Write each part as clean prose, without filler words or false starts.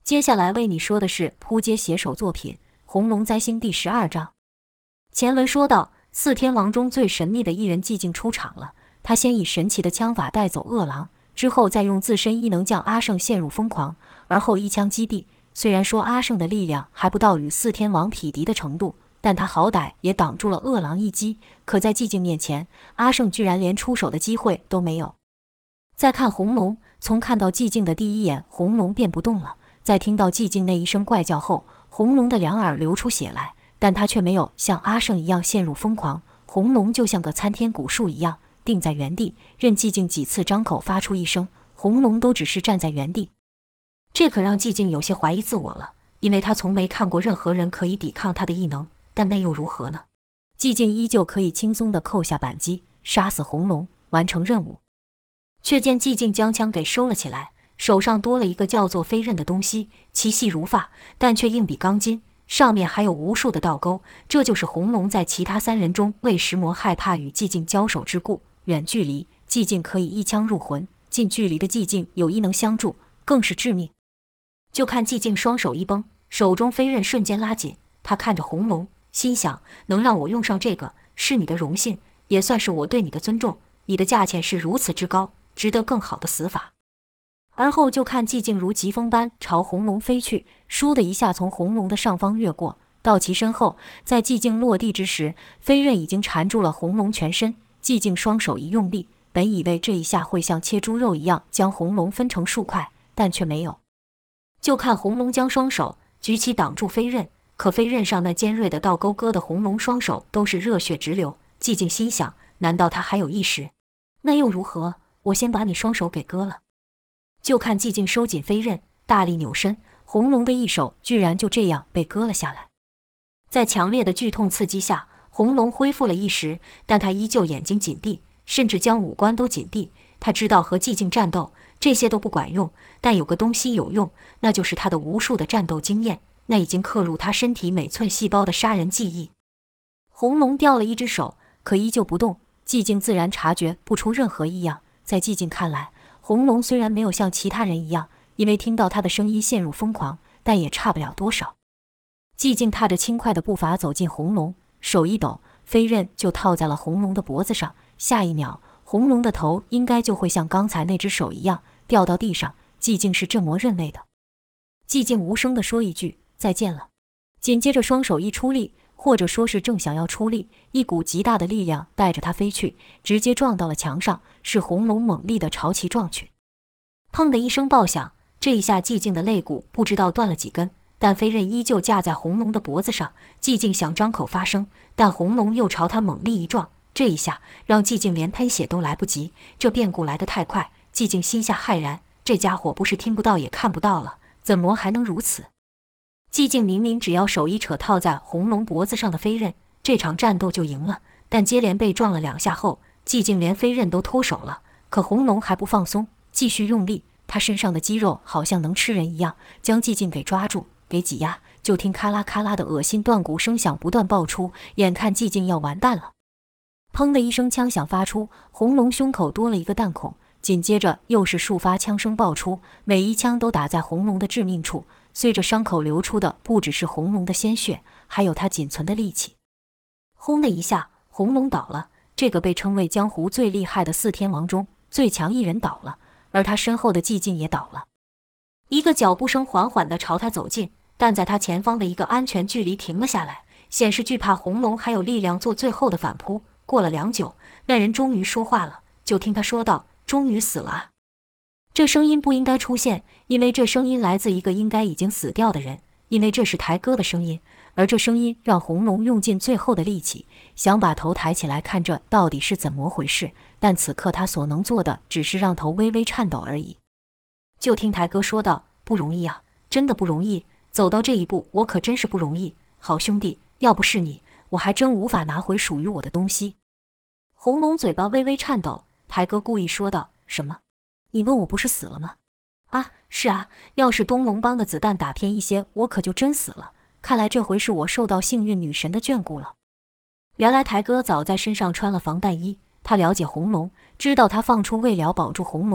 接下来为你说的是扑街写手作品《红龙灾星》第12章。前文说到，四天王中最神秘的一人寂静出场了。他先以神奇的枪法带走恶狼，之后再用自身异能将阿胜陷入疯狂，而后一枪击毙。虽然说阿胜的力量还不到与四天王匹敌的程度，但他好歹也挡住了恶狼一击。可在寂静面前，阿胜居然连出手的机会都没有。再看红龙，从看到寂静的第一眼，红龙便不动了。在听到寂静那一声怪叫后，红龙的两耳流出血来，但他却没有像阿胜一样陷入疯狂。红龙就像个参天古树一样定在原地，任寂静几次张口发出一声，红龙都只是站在原地。这可让寂静有些怀疑自我了，因为他从没看过任何人可以抵抗他的异能，但那又如何呢？寂静依旧可以轻松地扣下扳机，杀死红龙，完成任务。却见寂静将枪给收了起来，手上多了一个叫做飞刃的东西，其细如发，但却硬比钢筋，上面还有无数的倒钩。这就是红龙在其他三人中为石魔害怕与寂静交手之故。远距离寂静可以一枪入魂，近距离的寂静有异能相助，更是致命。就看寂静双手一绷，手中飞刃瞬间拉紧。他看着红龙，心想：能让我用上这个，是你的荣幸，也算是我对你的尊重。你的价钱是如此之高，值得更好的死法。而后就看寂静如疾风般朝红龙飞去，倏的一下从红龙的上方越过，到其身后。在寂静落地之时，飞刃已经缠住了红龙全身。寂静双手一用力，本以为这一下会像切猪肉一样将红龙分成数块，但却没有。就看红龙将双手举起挡住飞刃，可飞刃上那尖锐的倒钩割得红龙双手都是热血直流。寂静心想：难道他还有意识？那又如何？我先把你双手给割了。就看寂静收紧飞刃，大力扭身，红龙的一手居然就这样被割了下来。在强烈的剧痛刺激下，红龙恢复了意识，但他依旧眼睛紧闭，甚至将五官都紧闭。他知道和寂静战斗这些都不管用，但有个东西有用，那就是他的无数的战斗经验，那已经刻入他身体每寸细胞的杀人记忆。红龙掉了一只手，可依旧不动。寂静自然察觉不出任何异样。在寂静看来，红龙虽然没有像其他人一样因为听到他的声音陷入疯狂，但也差不了多少。寂静踏着轻快的步伐走进红龙，手一抖，飞刃就套在了红龙的脖子上。下一秒，红龙的头应该就会像刚才那只手一样掉到地上。寂静是这么认为的。寂静无声地说一句：再见了。紧接着双手一出力，或者说是正想要出力，一股极大的力量带着他飞去，直接撞到了墙上。是红龙猛力地朝其撞去。砰的一声爆响，这一下寂静的肋骨不知道断了几根，但飞刃依旧架在红龙的脖子上。寂静想张口发声，但红龙又朝他猛力一撞，这一下让寂静连喷血都来不及。这变故来得太快，寂静心下骇然，这家伙不是听不到也看不到了，怎么还能如此？寂静明明只要手一扯套在红龙脖子上的飞刃，这场战斗就赢了，但接连被撞了2下后，寂静连飞刃都脱手了。可红龙还不放松，继续用力，他身上的肌肉好像能吃人一样，将寂静给抓住，给挤压。就听咔啦咔啦的恶心断骨声响不断爆出，眼看寂静要完蛋了。砰的一声枪响发出，红龙胸口多了一个弹孔，紧接着又是数发枪声爆出，每一枪都打在红龙的致命处。随着伤口流出的不只是红龙的鲜血，还有他仅存的力气。轰的一下，红龙倒了，这个被称为江湖最厉害的四天王中最强一人倒了，而他身后的寂静也倒了。一个脚步声缓缓地朝他走近，但在他前方的一个安全距离停了下来，显示惧怕红龙还有力量做最后的反扑。过了良久，那人终于说话了，就听他说道：终于死了啊。这声音不应该出现，因为这声音来自一个应该已经死掉的人，因为这是台哥的声音。而这声音让红龙用尽最后的力气，想把头抬起来看这到底是怎么回事，但此刻他所能做的只是让头微微颤抖而已。就听台哥说道：不容易啊，真的不容易，走到这一步我可真是不容易，好兄弟，要不是你，我还真无法拿回属于我的东西。红龙嘴巴微微颤抖，台哥故意说道：什么？你问我不是死了吗？啊，是啊，要是东龙帮的子弹打偏一些，我可就真死了。看来这回是我受到幸运女神的眷顾了。原来台哥早在身上穿了防弹衣，他了解红龙，知道他放出未了保住红龙，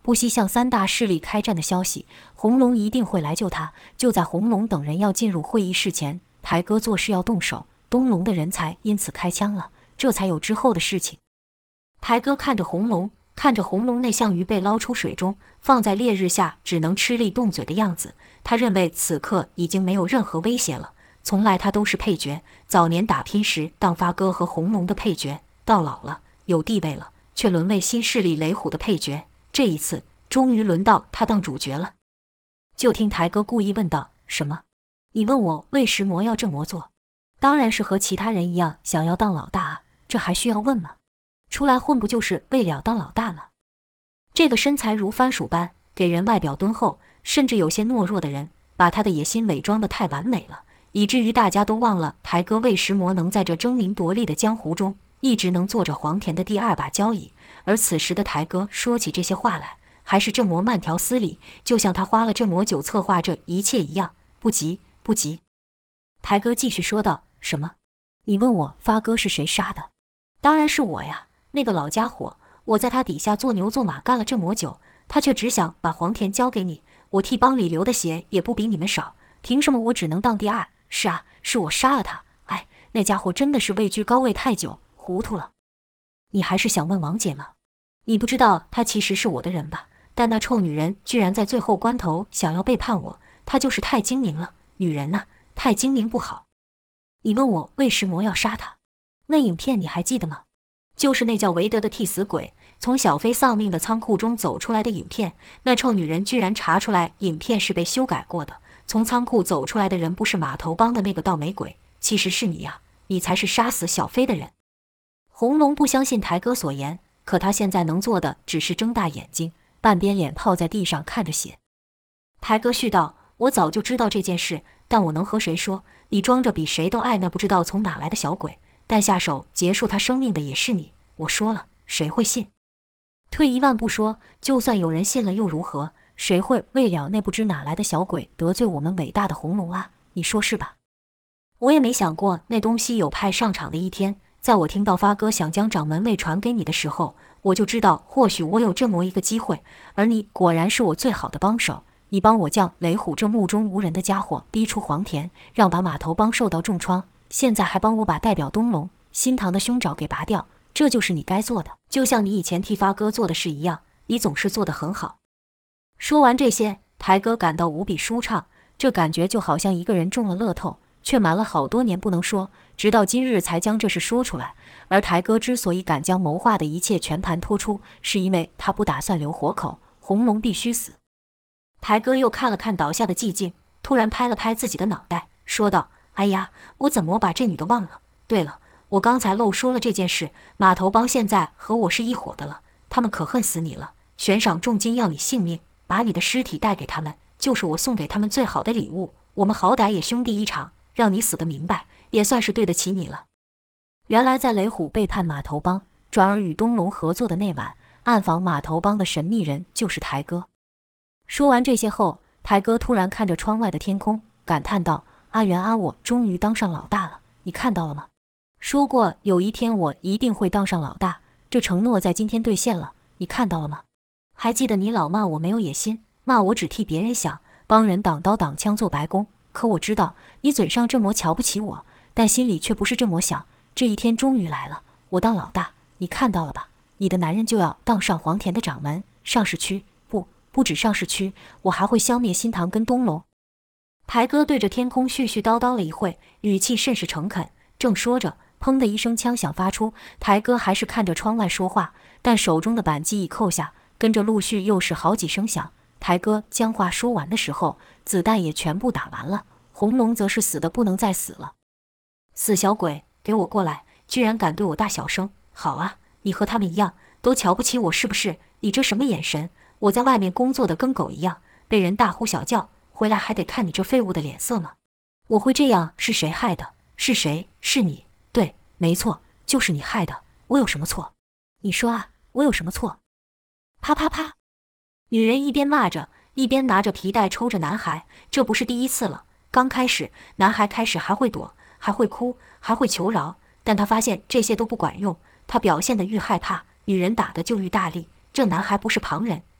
不惜向3大势力开战的消息，红龙一定会来救他。就在红龙等人要进入会议室前，台哥做事要动手，东龙的人才因此开枪了，这才有之后的事情。台哥看着红龙那像鱼被捞出水中，放在烈日下只能吃力动嘴的样子，他认为此刻已经没有任何威胁了。从来他都是配角，早年打拼时当发哥和红龙的配角，到老了有地位了，却沦为新势力雷虎的配角。这一次终于轮到他当主角了。就听台哥故意问道：“什么？你问我为什么要这么做？当然是和其他人一样想要当老大啊，这还需要问吗？出来混不就是为了当老大吗？”这个身材如番薯般，给人外表敦厚，甚至有些懦弱的人，把他的野心伪装得太完美了，以至于大家都忘了台哥为什么能在这争名夺利的江湖中一直能坐着黄田的第2把交椅。而此时的台哥说起这些话来，还是这么慢条斯理，就像他花了这么久策划这一切一样。不急，不急。台哥继续说道：“什么？你问我发哥是谁杀的？当然是我呀，那个老家伙，我在他底下做牛做马干了这么久，他却只想把黄田交给你，我替帮里流的血也不比你们少，凭什么我只能当第2？是啊，是我杀了他。哎，那家伙真的是位居高位太久，糊涂了。你还是想问王姐吗？你不知道她其实是我的人吧？但那臭女人居然在最后关头想要背叛我，她就是太精明了。女人呐，太精明不好。你问我为什么要杀她？那影片你还记得吗？就是那叫韦德的替死鬼从小飞丧命的仓库中走出来的影片，那臭女人居然查出来影片是被修改过的，从仓库走出来的人不是码头帮的那个倒霉鬼，其实是你呀，你才是杀死小飞的人。红龙不相信台哥所言，可他现在能做的只是睁大眼睛，半边脸泡在地上看着血。台哥絮道：“我早就知道这件事，但我能和谁说？你装着比谁都爱那不知道从哪来的小鬼，但下手结束他生命的也是你。我说了，谁会信？退一万步说，就算有人信了又如何？谁会为了那不知哪来的小鬼得罪我们伟大的红龙啊？你说是吧？我也没想过那东西有派上场的一天。在我听到发哥想将掌门位传给你的时候，我就知道或许我有这么一个机会，而你果然是我最好的帮手。你帮我将雷虎这目中无人的家伙逼出黄田，让把码头帮受到重创，现在还帮我把代表东龙新堂的胸爪给拔掉，这就是你该做的，就像你以前替发哥做的事一样，你总是做得很好。”说完这些，台哥感到无比舒畅，这感觉就好像一个人中了乐透，却瞒了好多年不能说，直到今日才将这事说出来。而台哥之所以敢将谋划的一切全盘托出，是因为他不打算留活口，红龙必须死。台哥又看了看倒下的寂静，突然拍了拍自己的脑袋，说道：“哎呀，我怎么把这女的忘了？对了，我刚才漏说了这件事，码头帮现在和我是一伙的了，他们可恨死你了，悬赏重金要你性命，把你的尸体带给他们，就是我送给他们最好的礼物。我们好歹也兄弟一场，让你死得明白，也算是对得起你了。”原来在雷虎背叛码头帮，转而与东龙合作的那晚，暗访码头帮的神秘人就是台哥。说完这些后，台哥突然看着窗外的天空，感叹道：“阿元啊，我终于当上老大了，你看到了吗？说过有一天我一定会当上老大，这承诺在今天兑现了，你看到了吗？还记得你老骂我没有野心，骂我只替别人想，帮人挡刀挡枪做白工，可我知道你嘴上这么瞧不起我，但心里却不是这么想。这一天终于来了，我当老大，你看到了吧？你的男人就要当上黄田的掌门，上市区，不止上市区，我还会消灭新堂跟东龙。”台哥对着天空絮絮叨叨了一会，语气甚是诚恳。正说着，砰的一声枪响发出，台哥还是看着窗外说话，但手中的扳机一扣下，跟着陆续又是好几声响。台哥将话说完的时候，子弹也全部打完了，红龙则是死的不能再死了。死小鬼，给我过来！居然敢对我大小声！好啊，你和他们一样，都瞧不起我是不是？你这什么眼神？我在外面工作的跟狗一样，被人大呼小叫，回来还得看你这废物的脸色吗？我会这样是谁害的？是谁？是你。对，没错，就是你害的。我有什么错？你说啊，我有什么错？啪啪啪！女人一边骂着，一边拿着皮带抽着男孩。这不是第一次了。刚开始，男孩开始还会躲，还会哭，还会求饶，但他发现这些都不管用。他表现得愈害怕，女人打得就愈大力。这男孩不是旁人，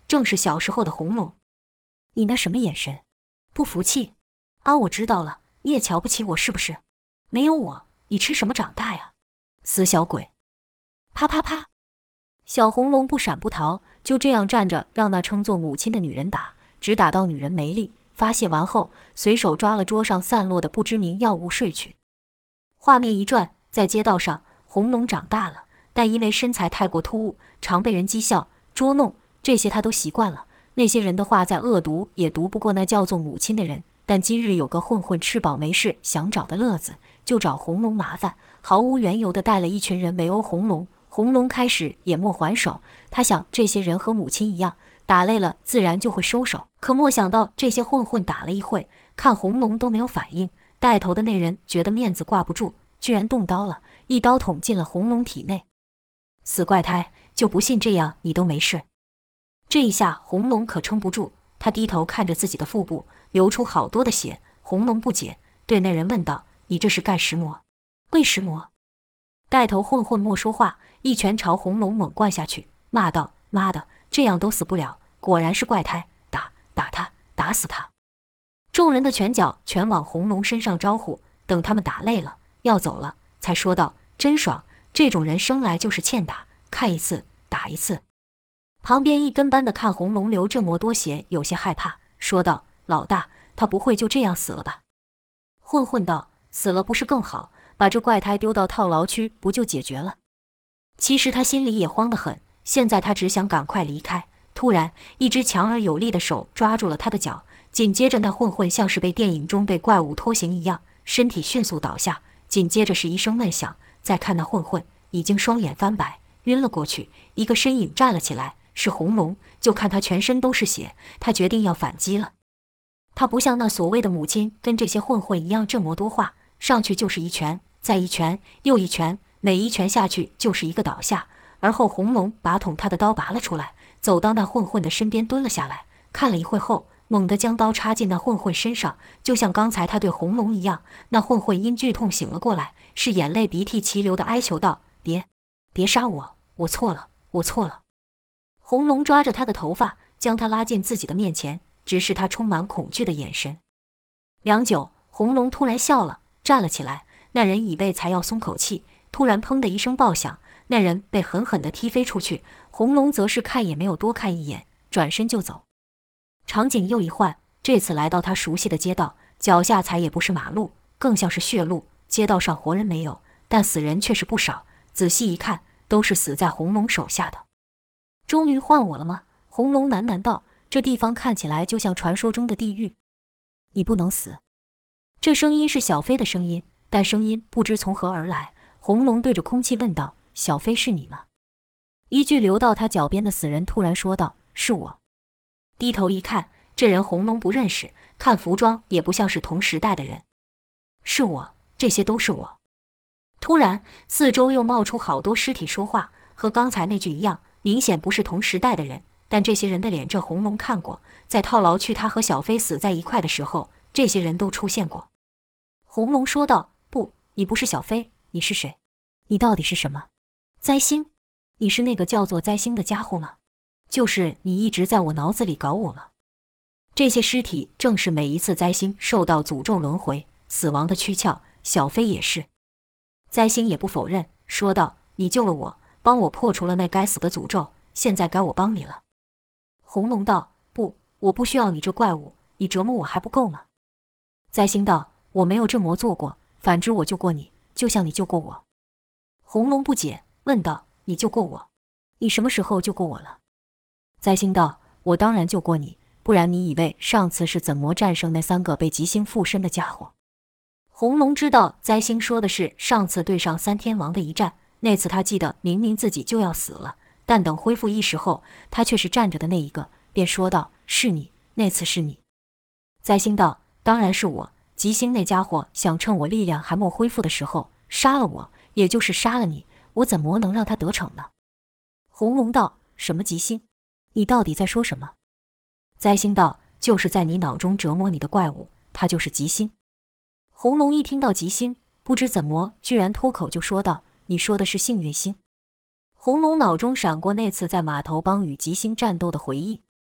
正是小时候的红龙。你那什么眼神？不服气？啊，我知道了，你也瞧不起我是不是？没有我，你吃什么长大呀？死小鬼！啪啪啪！小红龙不闪不逃，就这样站着，让那称作母亲的女人打，直打到女人没力，发泄完后，随手抓了桌上散落的不知名药物睡去。画面一转，在街道上，红龙长大了，但因为身材太过突兀，常被人讥笑、捉弄，这些他都习惯了。那些人的话再恶毒，也毒不过那叫做母亲的人。但今日有个混混吃饱没事想找的乐子，就找红龙麻烦，毫无缘由地带了一群人围殴红龙。红龙开始也莫还手，他想这些人和母亲一样，打累了自然就会收手。可莫想到这些混混打了一会，看红龙都没有反应，带头的那人觉得面子挂不住，居然动刀了，一刀捅进了红龙体内。死怪胎，就不信这样你都没事。这一下红龙可撑不住，他低头看着自己的腹部流出好多的血。红龙不解，对那人问道：“你这是干什么？为什么？”带头混混莫说话，一拳朝红龙猛灌下去，骂道：“妈的，这样都死不了，果然是怪胎！打他，打死他！”众人的拳脚全往红龙身上招呼，等他们打累了要走了，才说道：“真爽，这种人生来就是欠打，看一次打一次。”旁边一跟班的看红龙流这么多血，有些害怕，说道：“老大，他不会就这样死了吧？”混混道：“死了不是更好？把这怪胎丢到套牢区不就解决了？”其实他心里也慌得很，现在他只想赶快离开。突然，一只强而有力的手抓住了他的脚，紧接着那混混像是被电影中被怪物拖行一样，身体迅速倒下，紧接着是一声闷响。再看那混混，已经双眼翻白，晕了过去。一个身影站了起来，是红龙。就看他全身都是血，他决定要反击了。他不像那所谓的母亲跟这些混混一样这么多话，上去就是一拳，再一拳，又一拳，每一拳下去就是一个倒下。而后红龙把捅他的刀拔了出来，走到那混混的身边蹲了下来，看了一会后，猛地将刀插进那混混身上，就像刚才他对红龙一样。那混混因剧痛醒了过来，是眼泪鼻涕齐流的哀求道：“别杀我，我错了，我错了。”红龙抓着他的头发，将他拉进自己的面前，直视他充满恐惧的眼神。良久，红龙突然笑了，站了起来。那人以为才要松口气，突然砰的一声爆响，那人被狠狠地踢飞出去。红龙则是看也没有多看一眼，转身就走。场景又一换，这次来到他熟悉的街道，脚下踩也不是马路，更像是血路。街道上活人没有，但死人却是不少。仔细一看，都是死在红龙手下的。终于换我了吗？红龙喃喃道，这地方看起来就像传说中的地狱。你不能死。这声音是小飞的声音，但声音不知从何而来。红龙对着空气问道：“小飞，是你吗？”一具流到他脚边的死人突然说道：“是我。”低头一看，这人红龙不认识，看服装也不像是同时代的人。是我，这些都是我。突然，四周又冒出好多尸体说话，和刚才那句一样，明显不是同时代的人。但这些人的脸，这红龙看过，在套牢区他和小飞死在一块的时候，这些人都出现过。红龙说道：“不，你不是小飞，你是谁？你到底是什么？灾星？你是那个叫做灾星的家伙吗？就是你一直在我脑子里搞我吗？”这些尸体正是每一次灾星受到诅咒轮回死亡的躯壳，小飞也是。灾星也不否认，说道：“你救了我，帮我破除了那该死的诅咒，现在该我帮你了。”红龙道：“不，我不需要你这怪物，你折磨我还不够吗？”灾星道：“我没有这么做过，反之我救过你，就像你救过我。”红龙不解，问道：“你救过我？你什么时候救过我了？”灾星道：“我当然救过你，不然你以为上次是怎么战胜那3个被吉星附身的家伙？”红龙知道灾星说的是上次对上3天王的一战，那次他记得明明自己就要死了，但等恢复意识后，他却是站着的那一个，便说道：“是你，那次是你。”灾星道：“当然是我，吉星那家伙想趁我力量还没恢复的时候杀了我，也就是杀了你，我怎么能让他得逞呢？”红龙道：“什么吉星？你到底在说什么？”灾星道：“就是在你脑中折磨你的怪物，他就是吉星。”红龙一听到吉星，不知怎么居然脱口就说道：“你说的是幸运星。”红龙脑中闪过那次在码头帮与吉星战斗的回忆，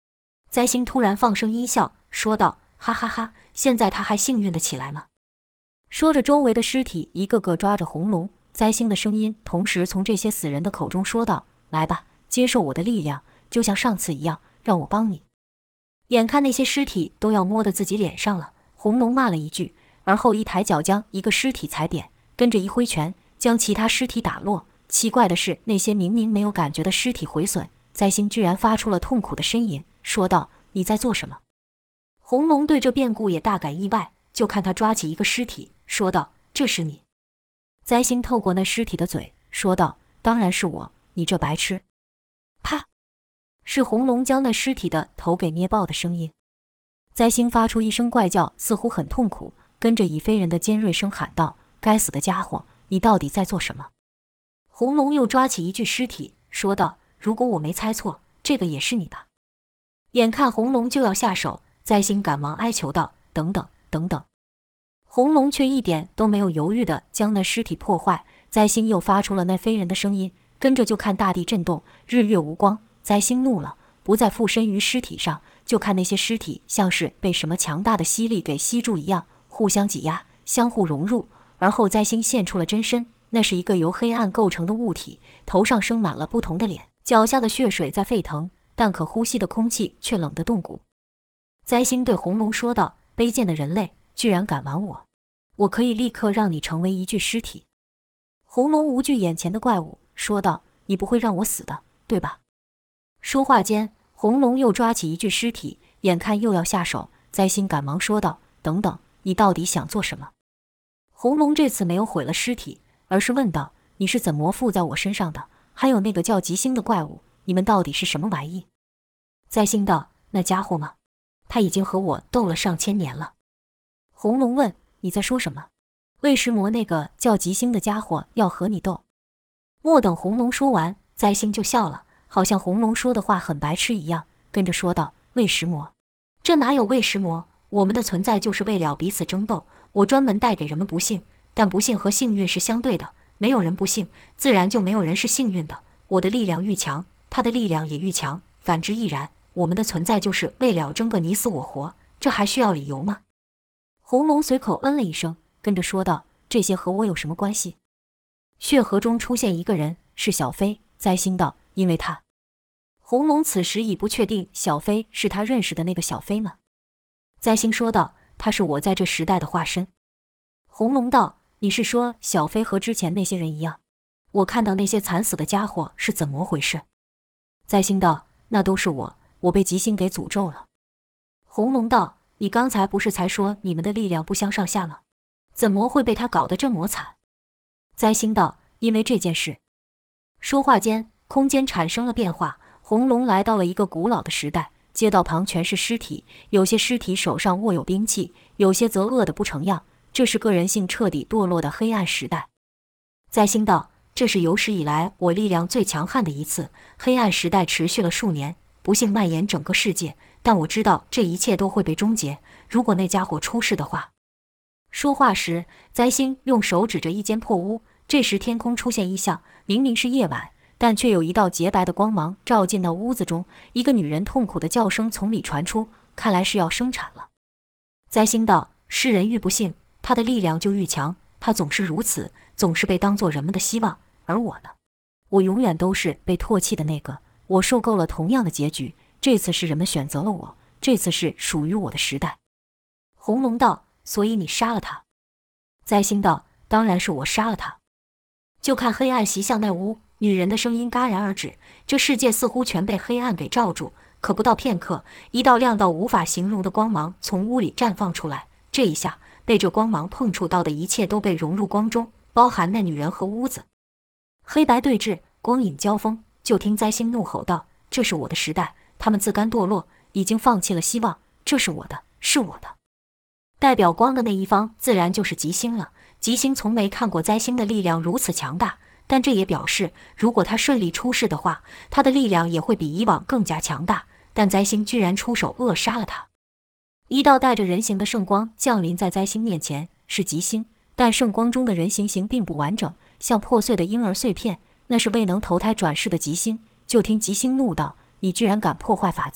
灾星突然放声阴笑，说道：“哈哈哈，现在他还幸运的起来吗？”说着，周围的尸体一个个抓着红龙。灾星的声音同时从这些死人的口中说道：“来吧，接受我的力量，就像上次一样，让我帮你。”眼看那些尸体都要摸到自己脸上了，红龙骂了一句，而后一抬脚将一个尸体踩扁，跟着一挥拳将其他尸体打落。奇怪的是，那些明明没有感觉的尸体毁损，灾星居然发出了痛苦的呻吟，说道：“你在做什么？”红龙对这变故也大感意外，就看他抓起一个尸体，说道：“这是你。”灾星透过那尸体的嘴说道：“当然是我，你这白痴！”啪！是红龙将那尸体的头给捏爆的声音。灾星发出一声怪叫，似乎很痛苦，跟着以非人的尖锐声喊道：“该死的家伙，你到底在做什么？”红龙又抓起一具尸体，说道：“如果我没猜错，这个也是你吧？”眼看红龙就要下手，灾星赶忙哀求道：“等等，等等！”红龙却一点都没有犹豫地将那尸体破坏。灾星又发出了那非人的声音，跟着就看大地震动，日月无光。灾星怒了，不再附身于尸体上，就看那些尸体像是被什么强大的吸力给吸住一样，互相挤压，相互融入。而后灾星现出了真身，那是一个由黑暗构成的物体，头上生满了不同的脸，脚下的血水在沸腾，但可呼吸的空气却冷得冻骨。灾星对红龙说道：“卑贱的人类，居然敢玩我！我可以立刻让你成为一具尸体。”红龙无惧眼前的怪物，说道：“你不会让我死的，对吧？”说话间，红龙又抓起一具尸体，眼看又要下手，灾星赶忙说道：“等等，你到底想做什么？”红龙这次没有毁了尸体，而是问道：“你是怎么附在我身上的？还有那个叫吉星的怪物，你们到底是什么玩意？”灾星道：“那家伙吗？他已经和我斗了上千年了。”红龙问：“你在说什么？为什么那个叫吉星的家伙要和你斗？”莫等红龙说完，灾星就笑了，好像红龙说的话很白痴一样，跟着说道：“喂食魔？这哪有喂食魔？我们的存在就是为了彼此争斗。我专门带给人们不幸，但不幸和幸运是相对的，没有人不幸，自然就没有人是幸运的。我的力量愈强，他的力量也愈强，反之亦然。我们的存在就是为了争个你死我活，这还需要理由吗？”红龙随口嗯了一声，跟着说道：“这些和我有什么关系？”血河中出现一个人，是小飞。灾星道：“因为他。”红龙此时已不确定小飞是他认识的那个小飞吗？灾星说道：“他是我在这时代的化身。”红龙道：“你是说小飞和之前那些人一样？我看到那些惨死的家伙是怎么回事？”灾星道：“那都是我被吉星给诅咒了。”红龙道：“你刚才不是才说你们的力量不相上下吗？怎么会被他搞得这么惨？”灾星道：“因为这件事。”说话间，空间产生了变化，红龙来到了一个古老的时代，街道旁全是尸体，有些尸体手上握有兵器，有些则饿得不成样，这是个人性彻底堕落的黑暗时代。灾星道：“这是有史以来我力量最强悍的一次，黑暗时代持续了数年，不幸蔓延整个世界，但我知道这一切都会被终结，如果那家伙出事的话。”说话时，灾星用手指着一间破屋，这时天空出现异象，明明是夜晚，但却有一道洁白的光芒照进到屋子中，一个女人痛苦的叫声从里传出，看来是要生产了。灾星道：“世人愈不幸，他的力量就愈强，他总是如此，总是被当作人们的希望，而我呢？我永远都是被唾弃的那个，我受够了同样的结局，这次是人们选择了我，这次是属于我的时代。”红龙道：“所以你杀了他？”灾星道：“当然是我杀了他。”就看黑暗袭向那屋，女人的声音戛然而止，这世界似乎全被黑暗给罩住。可不到片刻，一道亮到无法形容的光芒从屋里绽放出来，这一下，被这光芒碰触到的一切都被融入光中，包含那女人和屋子。黑白对峙，光影交锋，就听灾星怒吼道：“这是我的时代，他们自甘堕落，已经放弃了希望，这是我的，是我的。”代表光的那一方自然就是吉星了。吉星从没看过灾星的力量如此强大，但这也表示，如果他顺利出世的话，他的力量也会比以往更加强大。但灾星居然出手扼杀了他。一道带着人形的圣光降临在灾星面前，是吉星，但圣光中的人形并不完整，像破碎的婴儿碎片，那是未能投胎转世的吉星。就听吉星怒道：“你居然敢破坏法则，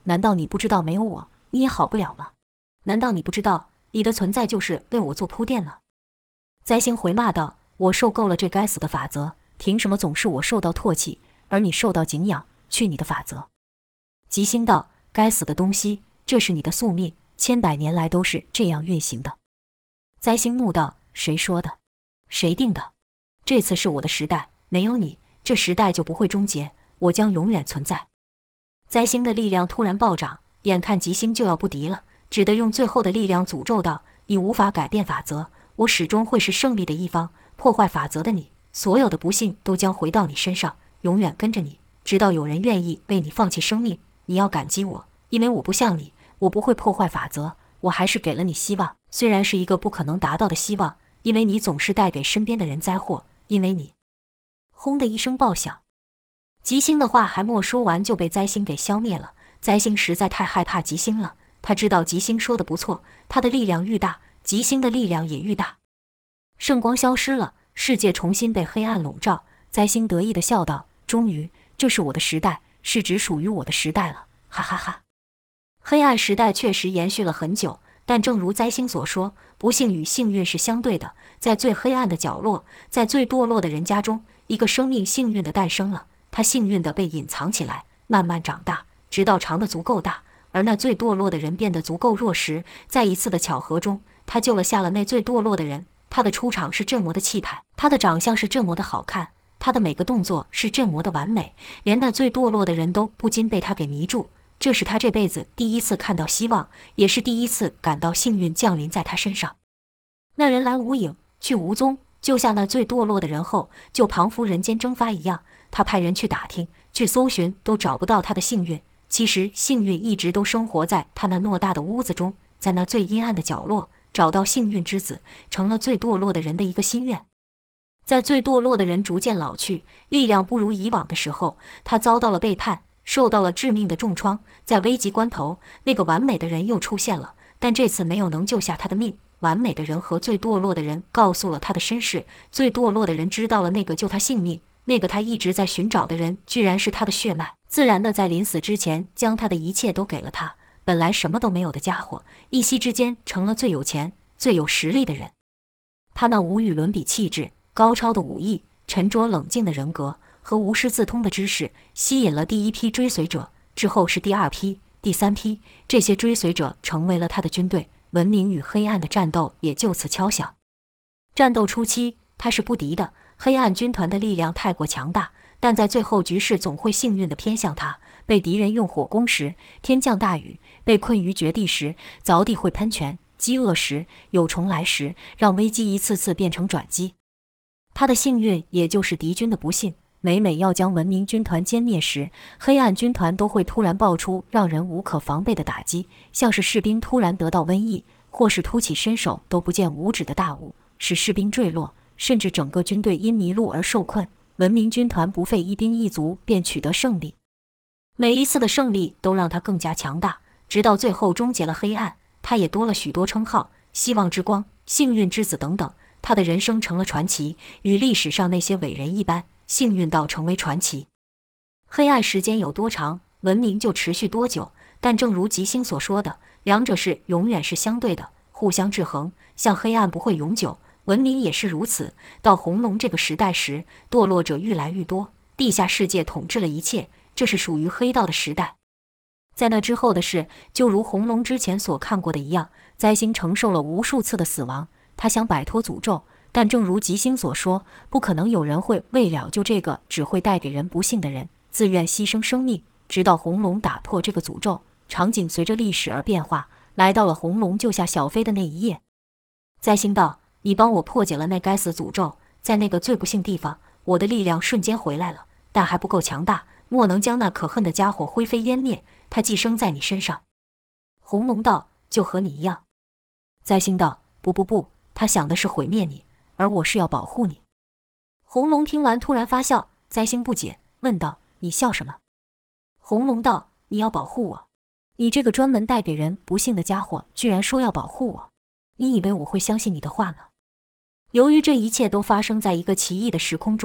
难道你不知道没有我，你也好不了吗？难道你不知道你的存在就是为我做铺垫了？”灾星回骂道：“我受够了这该死的法则，凭什么总是我受到唾弃，而你受到敬仰？去你的法则！”吉星道：“该死的东西，这是你的宿命，千百年来都是这样运行的。”灾星怒道：“谁说的？谁定的？这次是我的时代，没有你，这时代就不会终结，我将永远存在。”灾星的力量突然暴涨，眼看吉星就要不敌了，只得用最后的力量诅咒道：“你无法改变法则，我始终会是胜利的一方。破坏法则的你，所有的不幸都将回到你身上，永远跟着你，直到有人愿意为你放弃生命。你要感激我，因为我不像你，我不会破坏法则，我还是给了你希望，虽然是一个不可能达到的希望，因为你总是带给身边的人灾祸，因为你……”轰的一声爆响，吉星的话还没说完就被灾星给消灭了。灾星实在太害怕吉星了，他知道吉星说的不错，他的力量愈大，吉星的力量也愈大。圣光消失了，世界重新被黑暗笼罩。灾星得意地笑道：“终于，这是我的时代，是只属于我的时代了，哈哈哈。”黑暗时代确实延续了很久，但正如灾星所说，不幸与幸运是相对的。在最黑暗的角落，在最堕落的人家中，一个生命幸运地诞生了，它幸运地被隐藏起来，慢慢长大，直到长得足够大。而那最堕落的人变得足够弱时，在一次的巧合中，他救了下了那最堕落的人。他的出场是这么的气派，他的长相是这么的好看，他的每个动作是这么的完美，连那最堕落的人都不禁被他给迷住。这是他这辈子第一次看到希望，也是第一次感到幸运降临在他身上。那人来无影，去无踪，救下那最堕落的人后，就彷佛人间蒸发一样。他派人去打听，去搜寻，都找不到他的幸运。其实幸运一直都生活在他那偌大的屋子中，在那最阴暗的角落，找到幸运之子，成了最堕落的人的一个心愿。在最堕落的人逐渐老去，力量不如以往的时候，他遭到了背叛，受到了致命的重创。在危急关头，那个完美的人又出现了，但这次没有能救下他的命。完美的人和最堕落的人告诉了他的身世，最堕落的人知道了那个救他性命，那个他一直在寻找的人，居然是他的血脉，自然的在临死之前将他的一切都给了他。本来什么都没有的家伙，一夕之间成了最有钱、最有实力的人。他那无与伦比气质、高超的武艺、沉着冷静的人格和无师自通的知识，吸引了第一批追随者，之后是第二批、第三批，这些追随者成为了他的军队，文明与黑暗的战斗也就此敲响。战斗初期，他是不敌的，黑暗军团的力量太过强大，但在最后局势总会幸运地偏向他。被敌人用火攻时，天降大雨；被困于绝地时，凿地会喷泉；饥饿时，有虫来时，让危机一次次变成转机。他的幸运也就是敌军的不幸。每要将文明军团歼灭时，黑暗军团都会突然爆出让人无可防备的打击，像是士兵突然得到瘟疫，或是突起伸手都不见五指的大雾，使士兵坠落，甚至整个军队因迷路而受困。文明军团不费一兵一卒便取得胜利。每一次的胜利都让他更加强大，直到最后终结了黑暗，他也多了许多称号，希望之光、幸运之子等等。他的人生成了传奇，与历史上那些伟人一般，幸运到成为传奇。黑暗时间有多长，文明就持续多久，但正如吉星所说的，两者是永远是相对的，互相制衡。像黑暗不会永久，文明也是如此。到红龙这个时代时，堕落者愈来愈多，地下世界统治了一切，这是属于黑道的时代。在那之后的事，就如红龙之前所看过的一样，灾星承受了无数次的死亡，他想摆脱诅咒，但正如吉星所说，不可能有人会为了救这个只会带给人不幸的人，自愿牺牲生命。直到红龙打破这个诅咒，场景随着历史而变化，来到了红龙救下小飞的那一夜。灾星道：“你帮我破解了那该死诅咒，在那个最不幸地方，我的力量瞬间回来了，但还不够强大，莫能将那可恨的家伙灰飞烟灭。他寄生在你身上。”红龙道：“就和你一样。”灾星道：“不，他想的是毁灭你，而我是要保护你。”红龙听完突然发笑，灾星不解，问道：“你笑什么？”红龙道：“你要保护我？你这个专门带给人不幸的家伙，居然说要保护我，你以为我会相信你的话吗？”由于这一切都发生在一个奇异的时空中，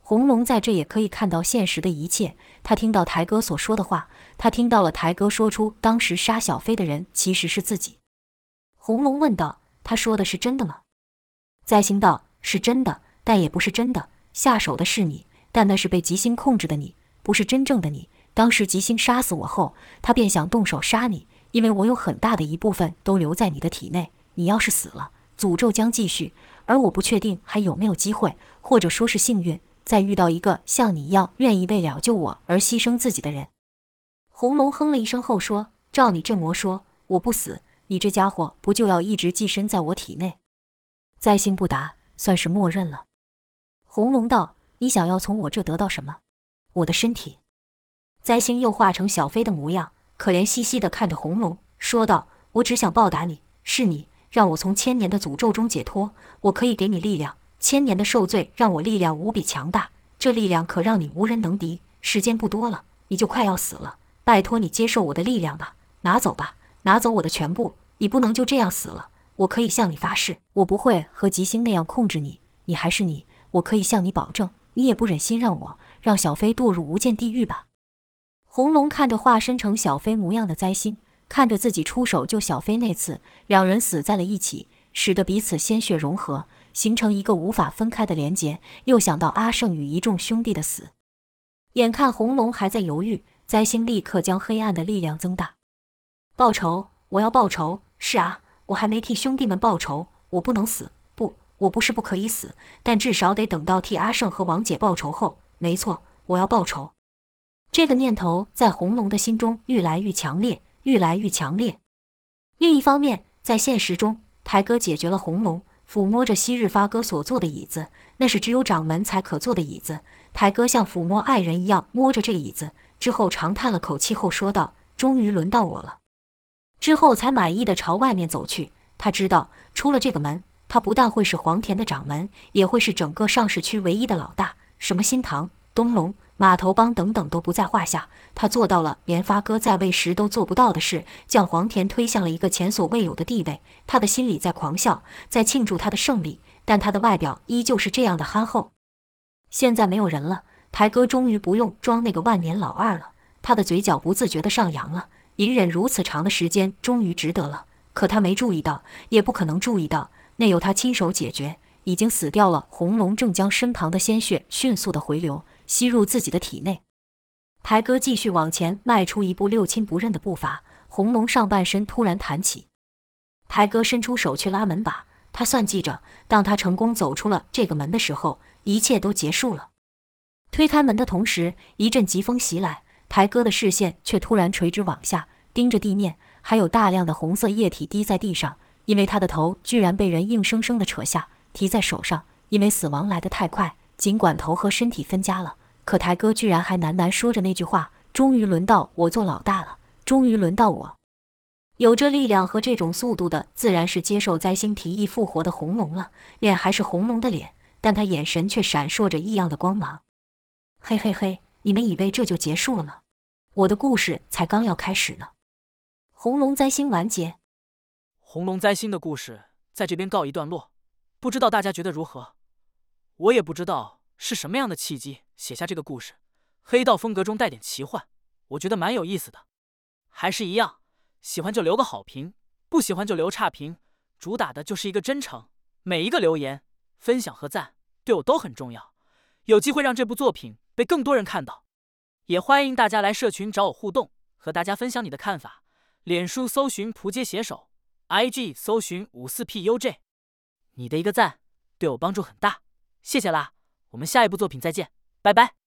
红龙在这也可以看到现实的一切。他听到台哥所说的话，他听到了台哥说出当时杀小飞的人其实是自己。红龙问道：“他说的是真的吗？”在星道：“是真的，但也不是真的。下手的是你，但那是被吉星控制的你，不是真正的你。当时吉星杀死我后，他便想动手杀你，因为我有很大的一部分都留在你的体内。你要是死了，诅咒将继续，而我不确定还有没有机会，或者说是幸运，再遇到一个像你一样愿意为了救我而牺牲自己的人。”红龙哼了一声后说：“照你这么说，我不死，你这家伙不就要一直寄身在我体内？”在星不答，算是默认了。红龙道：“你想要从我这得到什么？我的身体。”灾星又化成小飞的模样，可怜兮兮地看着红龙，说道：“我只想报答你，是你让我从1000年的诅咒中解脱，我可以给你力量。1000年的受罪让我力量无比强大，这力量可让你无人能敌。时间不多了，你就快要死了，拜托你接受我的力量吧，拿走吧，拿走我的全部，你不能就这样死了。我可以向你发誓，我不会和吉星那样控制你，你还是你，我可以向你保证，你也不忍心让小飞堕入无间地狱吧。”红龙看着化身成小飞模样的灾星，看着自己出手救小飞那次，两人死在了一起，使得彼此鲜血融合，形成一个无法分开的连结。又想到阿胜与一众兄弟的死，眼看红龙还在犹豫，灾星立刻将黑暗的力量增大。“报仇，我要报仇！是啊，我还没替兄弟们报仇，我不能死。不，我不是不可以死，但至少得等到替阿胜和王姐报仇后。没错，我要报仇。”这个念头在红龙的心中愈来愈强烈，愈来愈强烈。另一方面，在现实中，台哥解决了红龙，抚摸着昔日发哥所坐的椅子，那是只有掌门才可坐的椅子。台哥像抚摸爱人一样摸着这个椅子，之后长叹了口气后说道：“终于轮到我了。”之后才满意的朝外面走去。他知道，出了这个门，他不但会是黄田的掌门，也会是整个上市区唯一的老大，什么新塘、东龙、码头帮等等都不在话下。他做到了连发哥在位时都做不到的事，将黄田推向了一个前所未有的地位。他的心里在狂笑，在庆祝他的胜利，但他的外表依旧是这样的憨厚。现在没有人了，台哥终于不用装那个万年老二了，他的嘴角不自觉地上扬了。隐忍如此长的时间，终于值得了。可他没注意到，也不可能注意到，那由他亲手解决，已经死掉了。红龙正将身旁的鲜血迅速地回流，吸入自己的体内。台哥继续往前迈出一步六亲不认的步伐，红龙上半身突然弹起。台哥伸出手去拉门把，他算计着，当他成功走出了这个门的时候，一切都结束了。推开门的同时，一阵疾风袭来，台哥的视线却突然垂直往下，盯着地面，还有大量的红色液体滴在地上，因为他的头居然被人硬生生地扯下，提在手上。因为死亡来得太快，尽管头和身体分家了，可台哥居然还喃喃说着那句话：“终于轮到我做老大了，终于轮到我。”有着力量和这种速度的，自然是接受灾星提议复活的红龙了。脸还是红龙的脸，但他眼神却闪烁着异样的光芒。嘿嘿嘿，你们以为这就结束了吗？我的故事才刚要开始呢。红龙灾星完结。 红龙灾星的故事在这边告一段落，不知道大家觉得如何？我也不知道是什么样的契机写下这个故事，黑道风格中带点奇幻，我觉得蛮有意思的。还是一样，喜欢就留个好评，不喜欢就留差评，主打的就是一个真诚。每一个留言、分享和赞对我都很重要，有机会让这部作品被更多人看到。也欢迎大家来社群找我互动，和大家分享你的看法。脸书搜寻仆街写手， IG 搜寻54PUJ， 你的一个赞对我帮助很大，谢谢啦！我们下一部作品再见，拜拜。